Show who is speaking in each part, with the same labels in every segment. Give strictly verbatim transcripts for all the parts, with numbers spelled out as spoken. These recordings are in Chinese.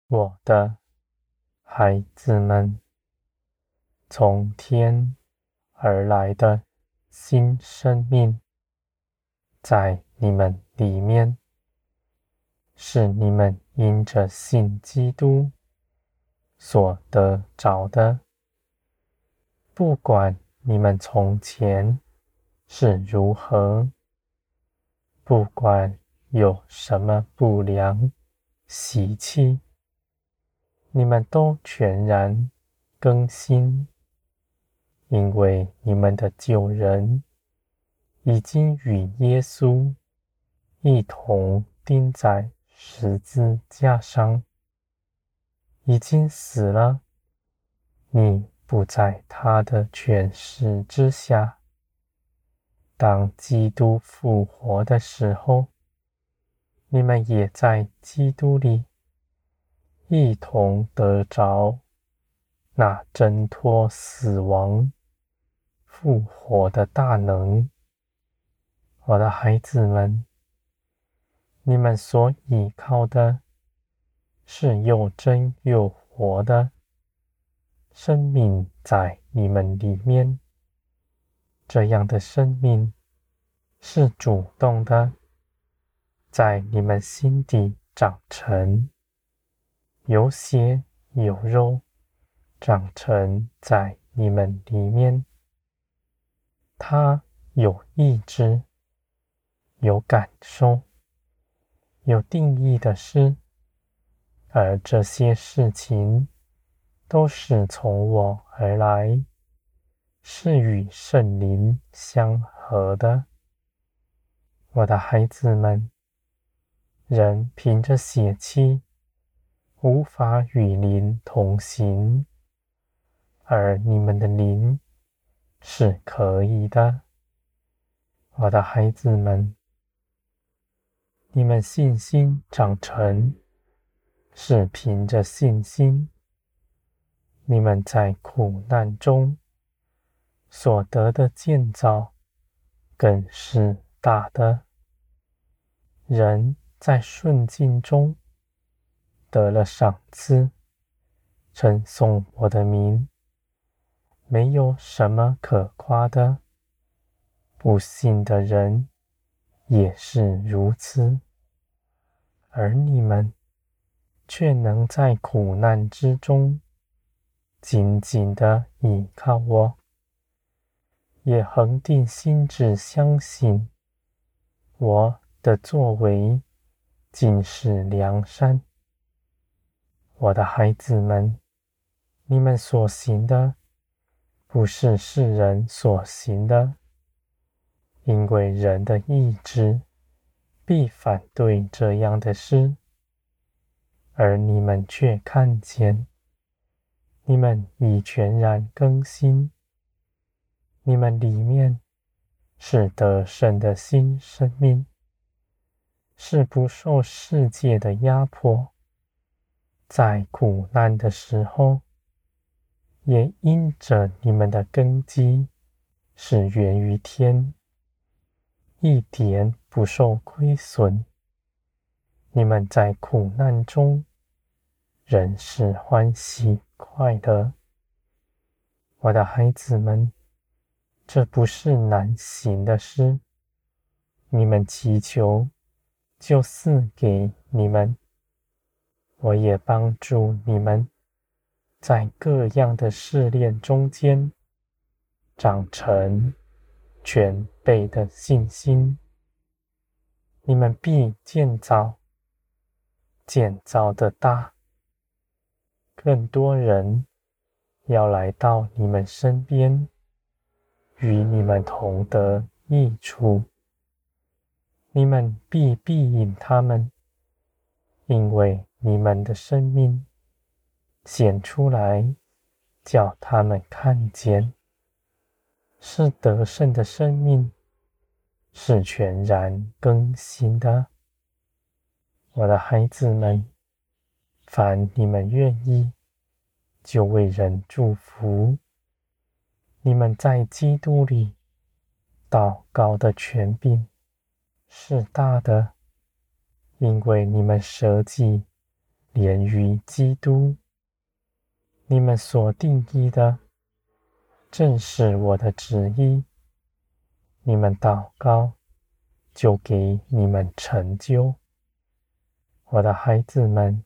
Speaker 1: 我的孩子们，从天而来的新生命，在你们里面，是你们因着信基督所得着的。不管你们从前是如何，不管有什么不良习气，你们都全然更新，因为你们的旧人已经与耶稣一同钉在十字架上，已经死了，你不在他的权势之下。当基督复活的时候，你们也在基督里一同得着那挣脱死亡、复活的大能。我的孩子们，你们所依靠的是又真又活的生命在你们里面。这样的生命是主动的，在你们心底长成，有血有肉，长成在你们里面。它有意志，有感受，有定义的事，而这些事情都是从我而来，是与圣灵相合的。我的孩子们，人凭着血气无法与灵同行，而你们的灵是可以的。我的孩子们，你们信心长成是凭着信心，你们在苦难中所得的建造更是大的。人在顺境中得了赏赐，称颂我的名，没有什么可夸的。不信的人也是如此，而你们却能在苦难之中紧紧地倚靠我，也恒定心志相信我的作为尽是良善。我的孩子们，你们所行的不是世人所行的，因为人的意志必反对这样的事，而你们却看见，你们已全然更新，你们里面是得胜的新生命，是不受世界的压迫，在苦难的时候，也因着你们的根基是源于天，一点不受亏损。你们在苦难中仍是欢喜快乐。我的孩子们，这不是难行的事，你们祈求就赐给你们。我也帮助你们在各样的试炼中间长成全备的信心。你们必建造，建造的大，更多人要来到你们身边，与你们同得益处。你们必庇引他们，因为你们的生命显出来，叫他们看见，是得胜的生命，是全然更新的。我的孩子们，凡你们愿意，就为人祝福。你们在基督里祷告的权柄是大的，因为你们舍己连于基督。你们所定义的，正是我的旨意。你们祷告，就给你们成就。我的孩子们，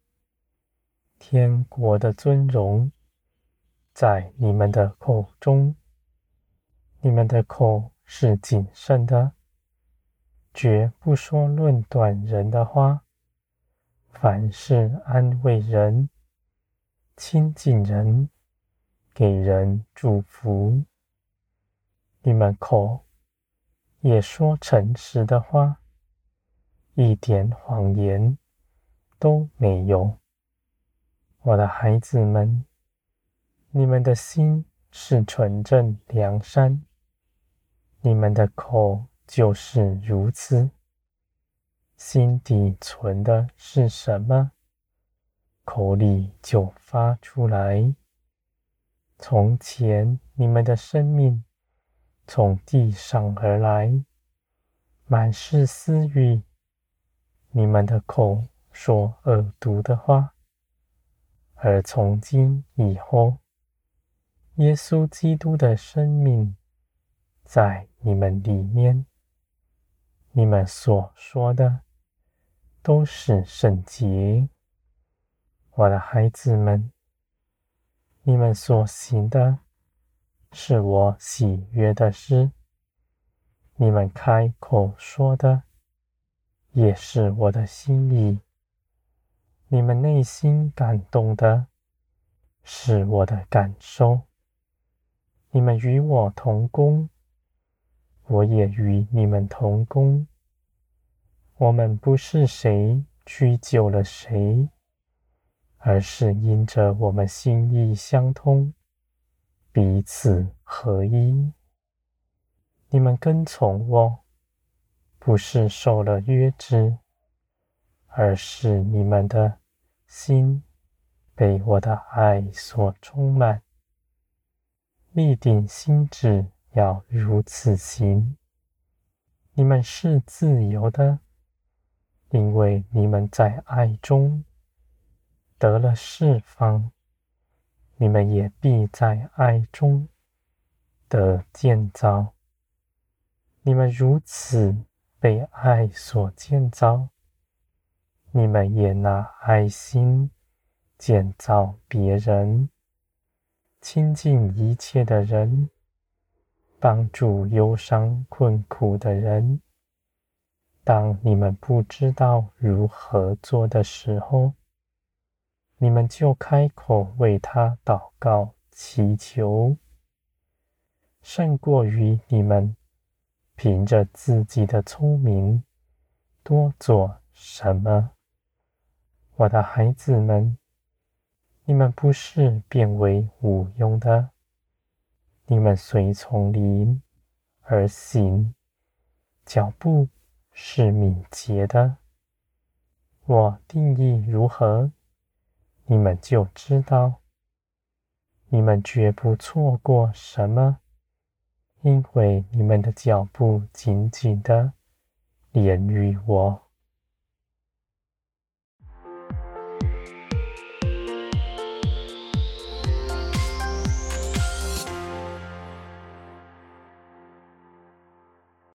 Speaker 1: 天国的尊荣在你们的口中。你们的口是谨慎的，绝不说论断人的话，凡事安慰人，亲近人，给人祝福。你们口也说诚实的话，一点谎言都没有。我的孩子们，你们的心是纯正良善，你们的口就是如此。心底存的是什么，口里就发出来。从前你们的生命从地上而来，满是私欲，你们的口说恶毒的话。而从今以后，耶稣基督的生命在你们里面，你们所说的都是圣洁。我的孩子们，你们所行的是我喜悦的事，你们开口说的也是我的心意，你们内心感动的是我的感受。你们与我同工，我也与你们同工。我们不是谁屈就了谁，而是因着我们心意相通，彼此合一。你们跟从我，不是受了约制，而是你们的心被我的爱所充满。立定心志要如此行。你们是自由的，因为你们在爱中得了释放，你们也必在爱中得建造。你们如此被爱所建造，你们也拿爱心建造别人，亲近一切的人，帮助忧伤困苦的人。当你们不知道如何做的时候，你们就开口为他祷告祈求，胜过于你们凭着自己的聪明多做什么。我的孩子们，你们不是变为无用的，你们随从灵而行，脚步是敏捷的。我定义如何，你们就知道。你们绝不错过什么，因为你们的脚步紧紧的连于我。